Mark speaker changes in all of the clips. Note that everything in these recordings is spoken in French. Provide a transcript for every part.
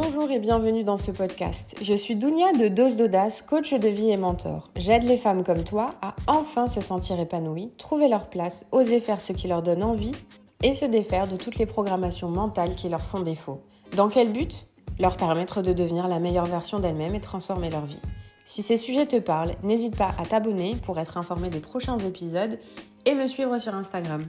Speaker 1: Bonjour et bienvenue dans ce podcast. Je suis Dounia de Dose d'Audace, coach de vie et mentor. J'aide les femmes comme toi à enfin se sentir épanouies, trouver leur place, oser faire ce qui leur donne envie et se défaire de toutes les programmations mentales qui leur font défaut. Dans quel but ? Leur permettre de devenir la meilleure version d'elles-mêmes et transformer leur vie. Si ces sujets te parlent, n'hésite pas à t'abonner pour être informé des prochains épisodes et me suivre sur Instagram.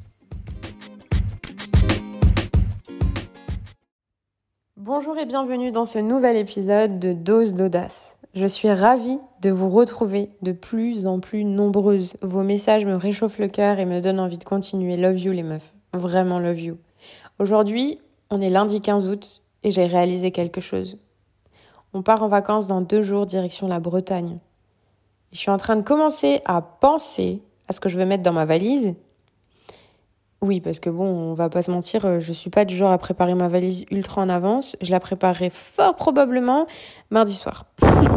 Speaker 1: Bonjour et bienvenue dans ce nouvel épisode de Dose d'Audace. Je suis ravie de vous retrouver de plus en plus nombreuses. Vos messages me réchauffent le cœur et me donnent envie de continuer. Love you les meufs, vraiment love you. Aujourd'hui, on est lundi 15 août et j'ai réalisé quelque chose. On part en vacances dans 2 jours direction la Bretagne. Je suis en train de commencer à penser à ce que je vais mettre dans ma valise. Oui, parce que bon, on va pas se mentir, je suis pas du genre à préparer ma valise ultra en avance. Je la préparerai fort probablement mardi soir.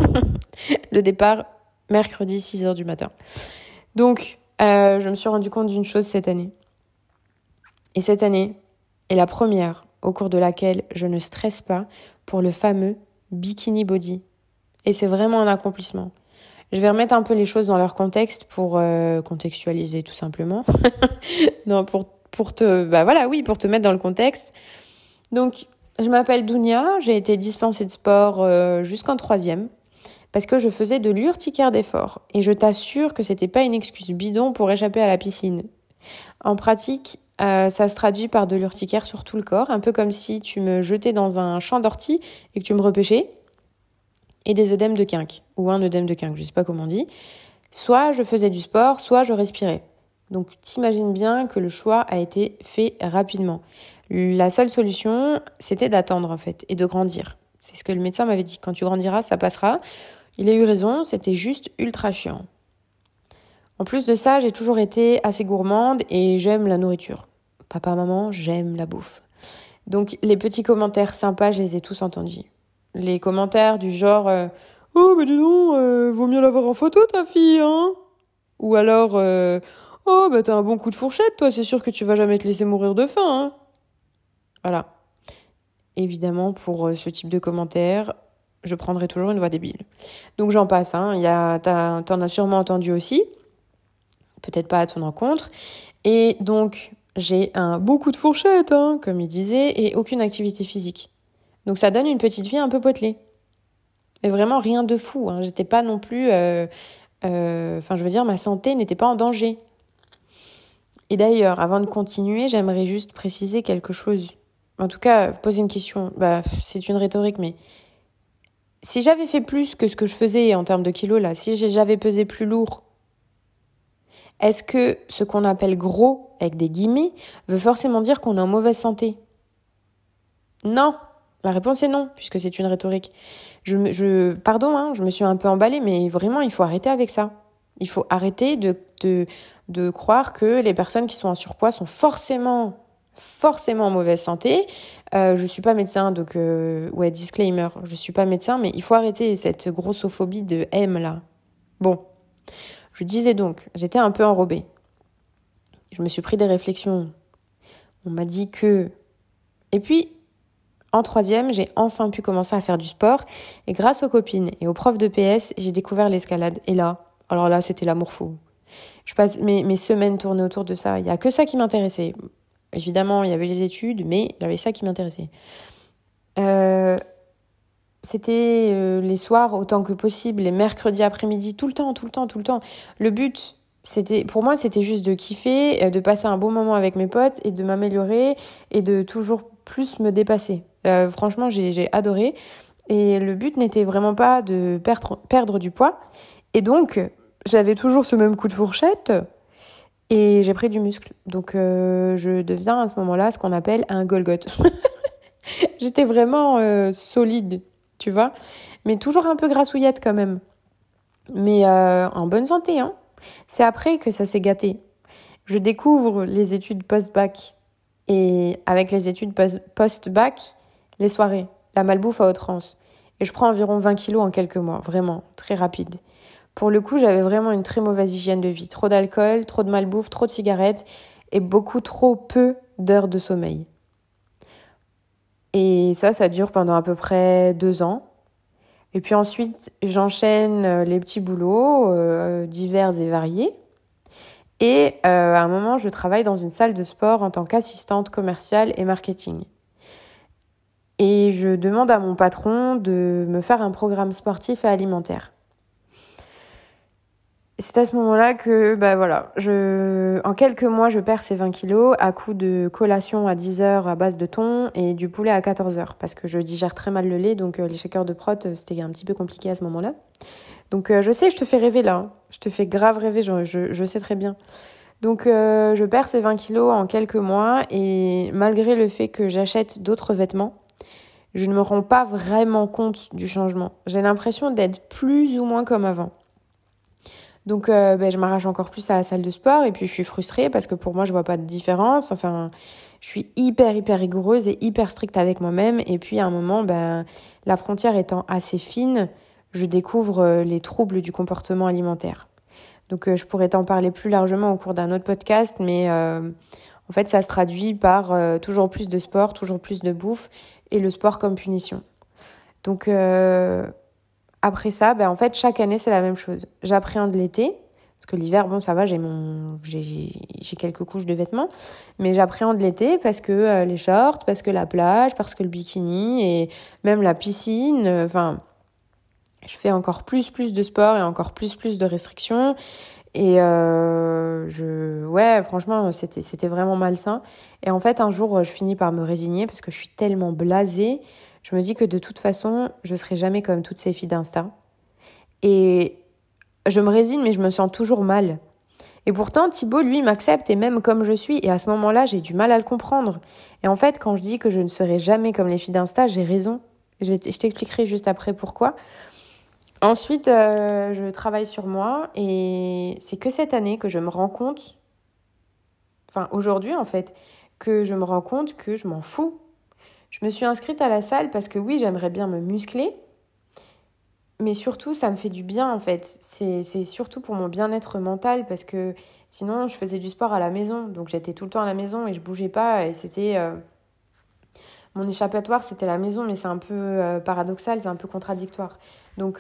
Speaker 1: Le départ, mercredi, 6h du matin. Donc, je me suis rendu compte d'une chose cette année. Et cette année est la première au cours de laquelle je ne stresse pas pour le fameux bikini body. Et c'est vraiment un accomplissement. Je vais remettre un peu les choses dans leur contexte pour contextualiser tout simplement. Non, pour te mettre dans le contexte. Donc, je m'appelle Dounia, j'ai été dispensée de sport jusqu'en 3e parce que je faisais de l'urticaire d'effort. Et je t'assure que c'était pas une excuse bidon pour échapper à la piscine. En pratique, ça se traduit par de l'urticaire sur tout le corps, un peu comme si tu me jetais dans un champ d'ortie et que tu me repêchais. Et des œdèmes de quinque, ou un œdème de quinque, je sais pas comment on dit. Soit je faisais du sport, soit je respirais. Donc t'imagines bien que le choix a été fait rapidement. La seule solution, c'était d'attendre en fait, et de grandir. C'est ce que le médecin m'avait dit, quand tu grandiras, ça passera. Il a eu raison, c'était juste ultra chiant. En plus de ça, j'ai toujours été assez gourmande et j'aime la nourriture. Papa, maman, j'aime la bouffe. Donc les petits commentaires sympas, je les ai tous entendus. Les commentaires du genre oh mais dis donc, vaut mieux l'avoir en photo ta fille, hein. Ou alors oh bah t'as un bon coup de fourchette, toi, c'est sûr que tu vas jamais te laisser mourir de faim, hein. Voilà. Évidemment, pour ce type de commentaires, je prendrai toujours une voix débile. Donc j'en passe, hein. T'en as sûrement entendu aussi. Peut-être pas à ton encontre. Et donc j'ai un bon coup de fourchette, hein, comme il disait, et aucune activité physique. Donc ça donne une petite fille un peu potelée. Mais vraiment rien de fou, hein. J'étais pas non plus... ma santé n'était pas en danger. Et d'ailleurs, avant de continuer, j'aimerais juste préciser quelque chose. En tout cas, poser une question. C'est une rhétorique, mais... Si j'avais fait plus que ce que je faisais en termes de kilos, là, si j'avais pesé plus lourd, est-ce que ce qu'on appelle gros, avec des guillemets, veut forcément dire qu'on est en mauvaise santé ? Non. La réponse est non, puisque c'est une rhétorique. Pardon, hein, je me suis un peu emballée, mais vraiment, il faut arrêter avec ça. Il faut arrêter de croire que les personnes qui sont en surpoids sont forcément en mauvaise santé. Je suis pas médecin, donc disclaimer, je suis pas médecin, mais il faut arrêter cette grossophobie de M là. Bon, je disais donc, j'étais un peu enrobée. Je me suis pris des réflexions. On m'a dit que... Et puis... En 3e, j'ai enfin pu commencer à faire du sport et grâce aux copines et aux profs de PS, j'ai découvert l'escalade. Et là, alors là, c'était l'amour fou. Je passe mes semaines tournées autour de ça. Il y a que ça qui m'intéressait. Évidemment, il y avait les études, mais il y avait ça qui m'intéressait. C'était les soirs autant que possible, les mercredis après-midi, tout le temps. Le but, pour moi, c'était juste de kiffer, de passer un bon moment avec mes potes et de m'améliorer et de toujours plus me dépasser. Franchement, j'ai adoré. Et le but n'était vraiment pas de perdre du poids. Et donc, j'avais toujours ce même coup de fourchette et j'ai pris du muscle. Donc, je deviens à ce moment-là ce qu'on appelle un Golgoth. J'étais vraiment solide, tu vois. Mais toujours un peu grassouillette quand même. Mais en bonne santé, hein. C'est après que ça s'est gâté. Je découvre les études post-bac. Et avec les études post-bac, les soirées, la malbouffe à outrance. Et je prends environ 20 kilos en quelques mois, vraiment, très rapide. Pour le coup, j'avais vraiment une très mauvaise hygiène de vie. Trop d'alcool, trop de malbouffe, trop de cigarettes et beaucoup trop peu d'heures de sommeil. Et ça dure pendant à peu près 2 ans. Et puis ensuite, j'enchaîne les petits boulots divers et variés. Et à un moment, je travaille dans une salle de sport en tant qu'assistante commerciale et marketing. Et je demande à mon patron de me faire un programme sportif et alimentaire. C'est à ce moment-là que, en quelques mois, je perds ces 20 kilos à coup de collation à 10 heures à base de thon et du poulet à 14 heures parce que je digère très mal le lait, donc les shakers de prot, c'était un petit peu compliqué à ce moment-là. Donc je sais, je te fais rêver là, hein. Je te fais grave rêver, je sais très bien. Donc je perds ces 20 kilos en quelques mois et malgré le fait que j'achète d'autres vêtements, je ne me rends pas vraiment compte du changement. J'ai l'impression d'être plus ou moins comme avant. Donc je m'arrache encore plus à la salle de sport et puis je suis frustrée parce que pour moi je vois pas de différence. Enfin, je suis hyper rigoureuse et hyper stricte avec moi-même et puis à un moment la frontière étant assez fine, je découvre les troubles du comportement alimentaire. Donc je pourrais t'en parler plus largement au cours d'un autre podcast, mais en fait ça se traduit par toujours plus de sport, toujours plus de bouffe et le sport comme punition. Donc après ça, en fait, chaque année, c'est la même chose. J'appréhende l'été, parce que l'hiver, ça va, j'ai quelques couches de vêtements, mais j'appréhende l'été parce que les shorts, parce que la plage, parce que le bikini et même la piscine, je fais encore plus de sport et encore plus de restrictions. Et franchement, c'était vraiment malsain. Et en fait, un jour, je finis par me résigner parce que je suis tellement blasée. Je me dis que de toute façon, je serai jamais comme toutes ces filles d'Insta. Et je me résigne, mais je me sens toujours mal. Et pourtant, Thibaut, lui, m'accepte et m'aime comme je suis. Et à ce moment-là, j'ai du mal à le comprendre. Et en fait, quand je dis que je ne serai jamais comme les filles d'Insta, j'ai raison. Je t'expliquerai juste après pourquoi. Ensuite, je travaille sur moi et c'est que cette année que je me rends compte, aujourd'hui en fait, que je me rends compte que je m'en fous. Je me suis inscrite à la salle parce que oui, j'aimerais bien me muscler, mais surtout, ça me fait du bien en fait. C'est surtout pour mon bien-être mental parce que sinon, je faisais du sport à la maison, donc j'étais tout le temps à la maison et je bougeais pas et c'était... Mon échappatoire, c'était la maison, mais c'est un peu paradoxal, c'est un peu contradictoire. Donc,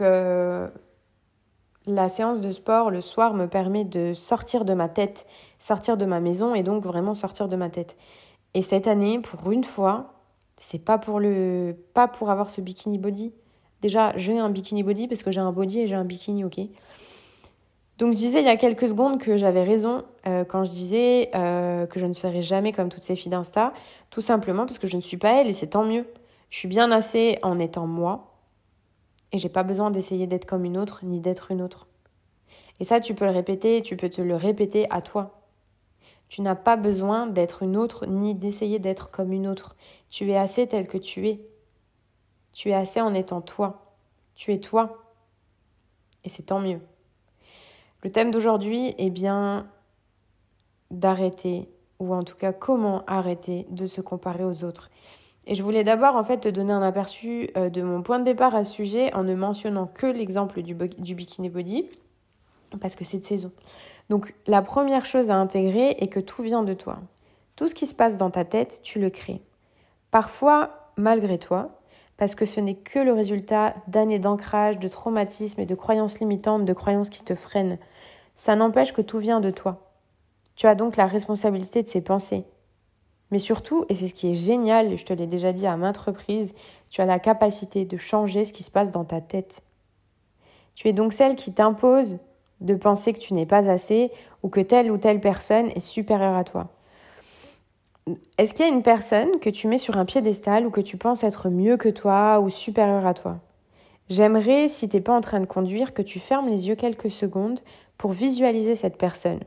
Speaker 1: la séance de sport le soir me permet de sortir de ma tête, sortir de ma maison et donc vraiment sortir de ma tête. Et cette année, pour une fois, c'est pas pour avoir ce bikini body. Déjà, j'ai un bikini body parce que j'ai un body et j'ai un bikini, ok. Donc je disais il y a quelques secondes que j'avais raison quand je disais que je ne serai jamais comme toutes ces filles d'Insta, tout simplement parce que je ne suis pas elle et c'est tant mieux. Je suis bien assez en étant moi et j'ai pas besoin d'essayer d'être comme une autre ni d'être une autre. Et ça, tu peux le répéter, tu peux te le répéter à toi. Tu n'as pas besoin d'être une autre ni d'essayer d'être comme une autre. Tu es assez tel que tu es. Tu es assez en étant toi. Tu es toi. Et c'est tant mieux. Le thème d'aujourd'hui est bien d'arrêter, ou en tout cas comment arrêter de se comparer aux autres. Et je voulais d'abord en fait te donner un aperçu de mon point de départ à ce sujet en ne mentionnant que l'exemple du bikini body, parce que c'est de saison. Donc la première chose à intégrer est que tout vient de toi. Tout ce qui se passe dans ta tête, tu le crées. Parfois, malgré toi, parce que ce n'est que le résultat d'années d'ancrage, de traumatismes et de croyances limitantes, de croyances qui te freinent. Ça n'empêche que tout vient de toi. Tu as donc la responsabilité de ces pensées. Mais surtout, et c'est ce qui est génial, je te l'ai déjà dit à maintes reprises, tu as la capacité de changer ce qui se passe dans ta tête. Tu es donc celle qui t'impose de penser que tu n'es pas assez ou que telle ou telle personne est supérieure à toi. Est-ce qu'il y a une personne que tu mets sur un piédestal ou que tu penses être mieux que toi ou supérieure à toi ? J'aimerais, si t'es pas en train de conduire, que tu fermes les yeux quelques secondes pour visualiser cette personne.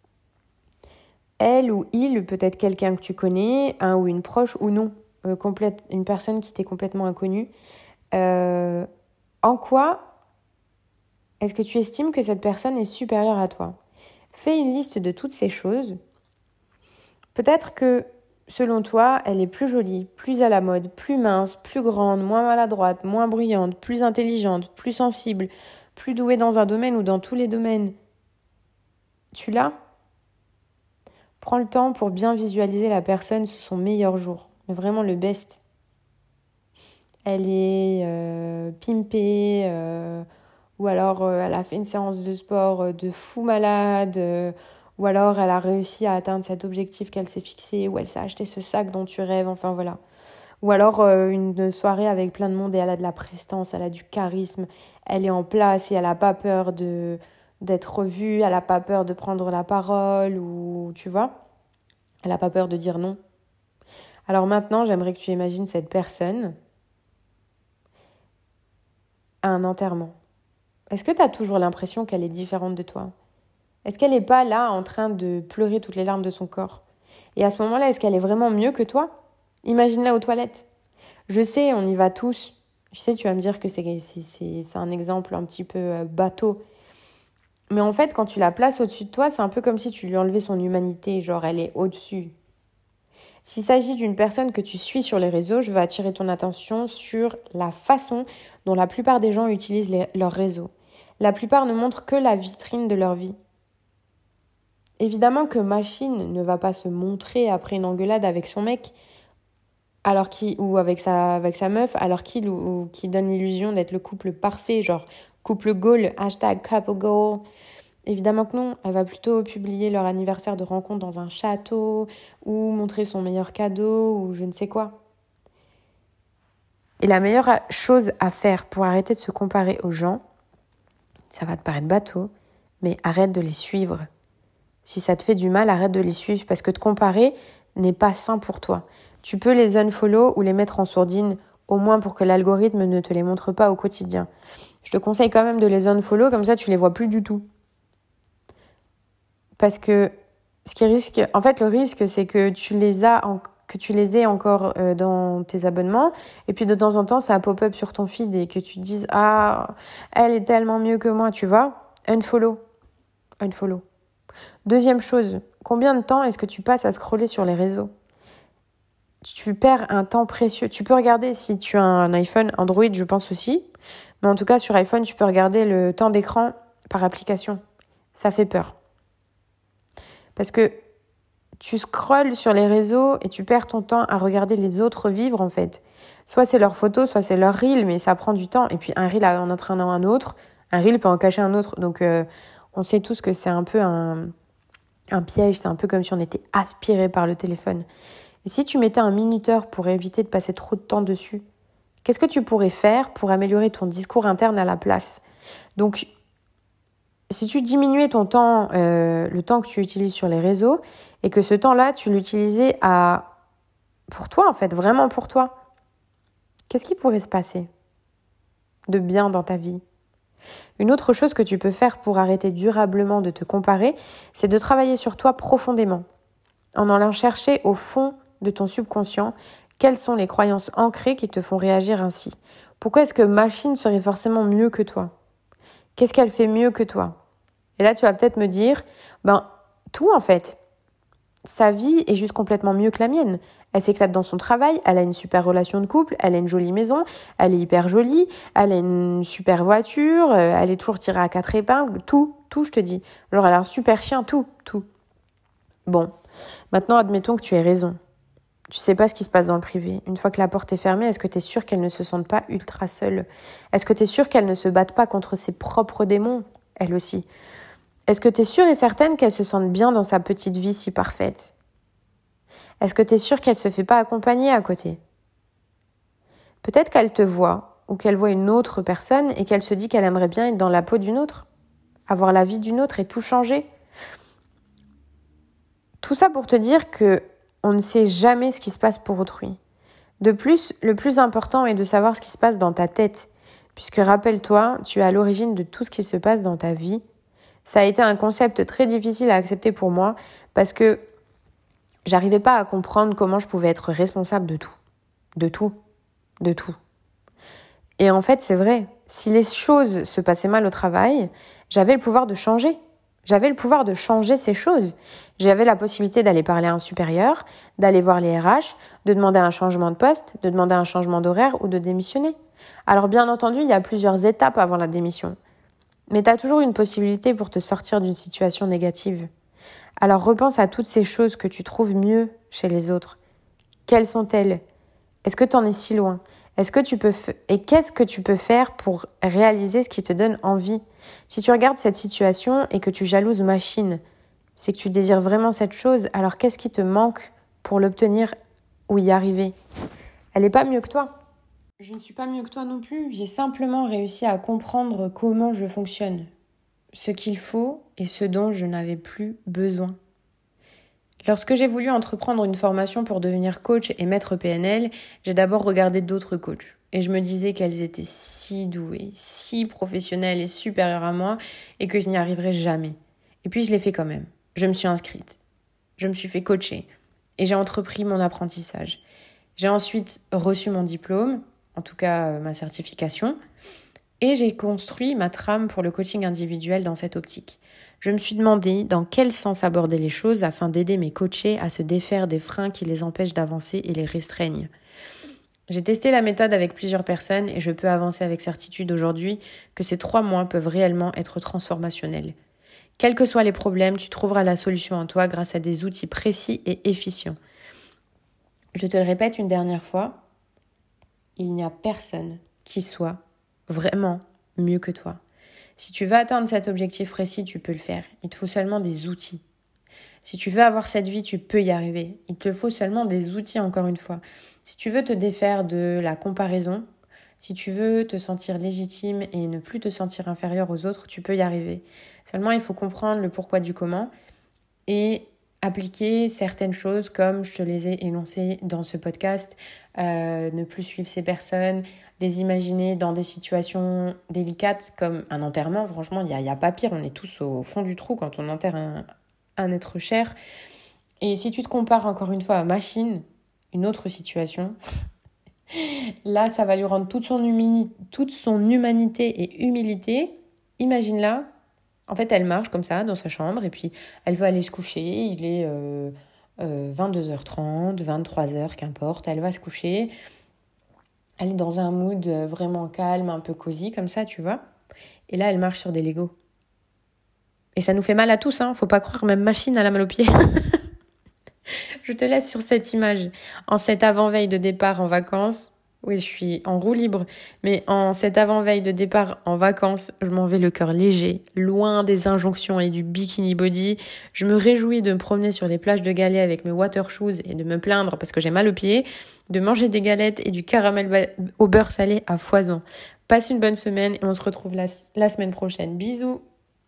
Speaker 1: Elle ou il, peut-être quelqu'un que tu connais, un ou une proche ou non, une personne qui t'est complètement inconnue. En quoi est-ce que tu estimes que cette personne est supérieure à toi ? Fais une liste de toutes ces choses. Peut-être que, selon toi, elle est plus jolie, plus à la mode, plus mince, plus grande, moins maladroite, moins bruyante, plus intelligente, plus sensible, plus douée dans un domaine ou dans tous les domaines. Tu l'as ? Prends le temps pour bien visualiser la personne sous son meilleur jour, mais vraiment le best. elle est pimpée, ou alors elle a fait une séance de sport de fou malade, ou alors elle a réussi à atteindre cet objectif qu'elle s'est fixé, ou elle s'est acheté ce sac dont tu rêves, enfin voilà. Ou alors une soirée avec plein de monde et elle a de la prestance, elle a du charisme, elle est en place et elle n'a pas peur d'être revue, elle n'a pas peur de prendre la parole, ou tu vois, elle n'a pas peur de dire non. Alors maintenant, j'aimerais que tu imagines cette personne à un enterrement. Est-ce que tu as toujours l'impression qu'elle est différente de toi ? Est-ce qu'elle n'est pas là en train de pleurer toutes les larmes de son corps ? Et à ce moment-là, est-ce qu'elle est vraiment mieux que toi ? Imagine-la aux toilettes. Je sais, on y va tous. Je sais, tu vas me dire que c'est un exemple un petit peu bateau. Mais en fait, quand tu la places au-dessus de toi, c'est un peu comme si tu lui enlevais son humanité. Genre, elle est au-dessus. S'il s'agit d'une personne que tu suis sur les réseaux, je veux attirer ton attention sur la façon dont la plupart des gens utilisent leurs réseaux. La plupart ne montrent que la vitrine de leur vie. Évidemment que Machine ne va pas se montrer après une engueulade avec son mec ou avec sa meuf, alors qu'il ou qui donne l'illusion d'être le couple parfait, genre couple goal, #couple goal. Évidemment que non, elle va plutôt publier leur anniversaire de rencontre dans un château ou montrer son meilleur cadeau ou je ne sais quoi. Et la meilleure chose à faire pour arrêter de se comparer aux gens, ça va te paraître bateau, mais arrête de les suivre. Si ça te fait du mal, arrête de les suivre parce que te comparer n'est pas sain pour toi. Tu peux les unfollow ou les mettre en sourdine, au moins pour que l'algorithme ne te les montre pas au quotidien. Je te conseille quand même de les unfollow, comme ça tu les vois plus du tout. Parce que le risque, c'est que tu les aies encore dans tes abonnements, et puis de temps en temps, ça pop-up sur ton feed et que tu te dises « Ah, elle est tellement mieux que moi », tu vois. Unfollow. Deuxième chose, combien de temps est-ce que tu passes à scroller sur les réseaux ? Tu perds un temps précieux. Tu peux regarder si tu as un iPhone, Android, je pense aussi. Mais en tout cas, sur iPhone, tu peux regarder le temps d'écran par application. Ça fait peur. Parce que tu scrolles sur les réseaux et tu perds ton temps à regarder les autres vivre, en fait. Soit c'est leurs photos, soit c'est leur reel, mais ça prend du temps. Et puis un reel en entraînant un autre, un reel peut en cacher un autre. Donc on sait tous que c'est un peu un piège. C'est un peu comme si on était aspiré par le téléphone. Et si tu mettais un minuteur pour éviter de passer trop de temps dessus, qu'est-ce que tu pourrais faire pour améliorer ton discours interne à la place ? Donc, si tu diminuais ton temps, le temps que tu utilises sur les réseaux, et que ce temps-là, tu l'utilisais pour toi, en fait, vraiment pour toi, qu'est-ce qui pourrait se passer de bien dans ta vie ? Une autre chose que tu peux faire pour arrêter durablement de te comparer, c'est de travailler sur toi profondément, en allant chercher au fond de ton subconscient quelles sont les croyances ancrées qui te font réagir ainsi. Pourquoi est-ce que Machine serait forcément mieux que toi ? Qu'est-ce qu'elle fait mieux que toi ? Et là, tu vas peut-être me dire, tout en fait. Sa vie est juste complètement mieux que la mienne. Elle s'éclate dans son travail, elle a une super relation de couple, elle a une jolie maison, elle est hyper jolie, elle a une super voiture, elle est toujours tirée à 4 épingles, tout, je te dis. Genre, elle a un super chien, tout. Bon, maintenant, admettons que tu aies raison. Tu sais pas ce qui se passe dans le privé. Une fois que la porte est fermée, est-ce que tu es sûre qu'elle ne se sente pas ultra seule ? Est-ce que tu es sûre qu'elle ne se batte pas contre ses propres démons, elle aussi ? Est-ce que tu es sûre et certaine qu'elle se sente bien dans sa petite vie si parfaite ? Est-ce que tu es sûre qu'elle se fait pas accompagner à côté ? Peut-être qu'elle te voit ou qu'elle voit une autre personne et qu'elle se dit qu'elle aimerait bien être dans la peau d'une autre, avoir la vie d'une autre et tout changer. Tout ça pour te dire que on ne sait jamais ce qui se passe pour autrui. De plus, le plus important est de savoir ce qui se passe dans ta tête, puisque rappelle-toi, tu es à l'origine de tout ce qui se passe dans ta vie. Ça a été un concept très difficile à accepter pour moi, parce que j'arrivais pas à comprendre comment je pouvais être responsable de tout. De tout. Et en fait, c'est vrai, si les choses se passaient mal au travail, j'avais le pouvoir de changer. J'avais le pouvoir de changer ces choses. J'avais la possibilité d'aller parler à un supérieur, d'aller voir les RH, de demander un changement de poste, de demander un changement d'horaire ou de démissionner. Alors bien entendu, il y a plusieurs étapes avant la démission. Mais tu as toujours une possibilité pour te sortir d'une situation négative. Alors repense à toutes ces choses que tu trouves mieux chez les autres. Quelles sont-elles ? Est-ce que tu en es si loin ? Et qu'est-ce que tu peux faire pour réaliser ce qui te donne envie? Si tu regardes cette situation et que tu jalouses machine, c'est que tu désires vraiment cette chose, alors qu'est-ce qui te manque pour l'obtenir ou y arriver? Elle n'est pas mieux que toi. Je ne suis pas mieux que toi non plus. J'ai simplement réussi à comprendre comment je fonctionne, ce qu'il faut et ce dont je n'avais plus besoin. Lorsque j'ai voulu entreprendre une formation pour devenir coach et maître PNL, j'ai d'abord regardé d'autres coachs. Et je me disais qu'elles étaient si douées, si professionnelles et supérieures à moi et que je n'y arriverais jamais. Et puis je l'ai fait quand même. Je me suis inscrite. Je me suis fait coacher et j'ai entrepris mon apprentissage. J'ai ensuite reçu mon diplôme, en tout cas ma certification, et j'ai construit ma trame pour le coaching individuel dans cette optique. Je me suis demandé dans quel sens aborder les choses afin d'aider mes coachés à se défaire des freins qui les empêchent d'avancer et les restreignent. J'ai testé la méthode avec plusieurs personnes et je peux avancer avec certitude aujourd'hui que ces 3 mois peuvent réellement être transformationnels. Quels que soient les problèmes, tu trouveras la solution en toi grâce à des outils précis et efficients. Je te le répète une dernière fois, il n'y a personne qui soit vraiment mieux que toi. Si tu veux atteindre cet objectif précis, tu peux le faire. Il te faut seulement des outils. Si tu veux avoir cette vie, tu peux y arriver. Il te faut seulement des outils, encore une fois. Si tu veux te défaire de la comparaison, si tu veux te sentir légitime et ne plus te sentir inférieur aux autres, tu peux y arriver. Seulement, il faut comprendre le pourquoi du comment et appliquer certaines choses comme je te les ai énoncées dans ce podcast, ne plus suivre ces personnes, les imaginer dans des situations délicates comme un enterrement. Franchement, il y a pas pire, on est tous au fond du trou quand on enterre un être cher. Et si tu te compares encore une fois à Machine, une autre situation, là, ça va lui rendre toute son humanité et humilité. Imagine-la. En fait, elle marche comme ça dans sa chambre et puis elle veut aller se coucher. Il est 22h30, 23h, qu'importe. Elle va se coucher. Elle est dans un mood vraiment calme, un peu cosy comme ça, tu vois. Et là, elle marche sur des Legos. Et ça nous fait mal à tous, hein. Faut pas croire, même Machine a la mal aux pieds. Je te laisse sur cette image. En cette avant-veille de départ en vacances, oui, je suis en roue libre, mais en cette avant-veille de départ en vacances, je m'en vais le cœur léger, loin des injonctions et du bikini body. Je me réjouis de me promener sur les plages de galets avec mes water shoes et de me plaindre parce que j'ai mal aux pieds, de manger des galettes et du caramel au beurre salé à foison. Passe une bonne semaine et on se retrouve la semaine prochaine. Bisous!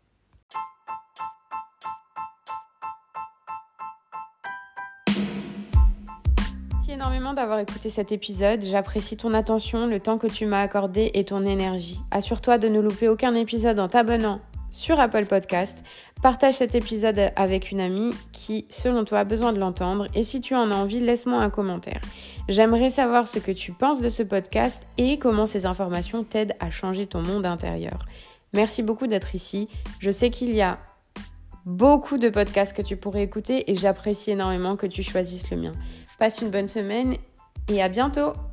Speaker 1: Énormément d'avoir écouté cet épisode. J'apprécie ton attention, le temps que tu m'as accordé et ton énergie. Assure-toi de ne louper aucun épisode en t'abonnant sur Apple Podcast. Partage cet épisode avec une amie qui, selon toi, a besoin de l'entendre. Et si tu en as envie, laisse-moi un commentaire. J'aimerais savoir ce que tu penses de ce podcast et comment ces informations t'aident à changer ton monde intérieur. Merci beaucoup d'être ici. Je sais qu'il y a beaucoup de podcasts que tu pourrais écouter et j'apprécie énormément que tu choisisses le mien. Passe une bonne semaine et à bientôt!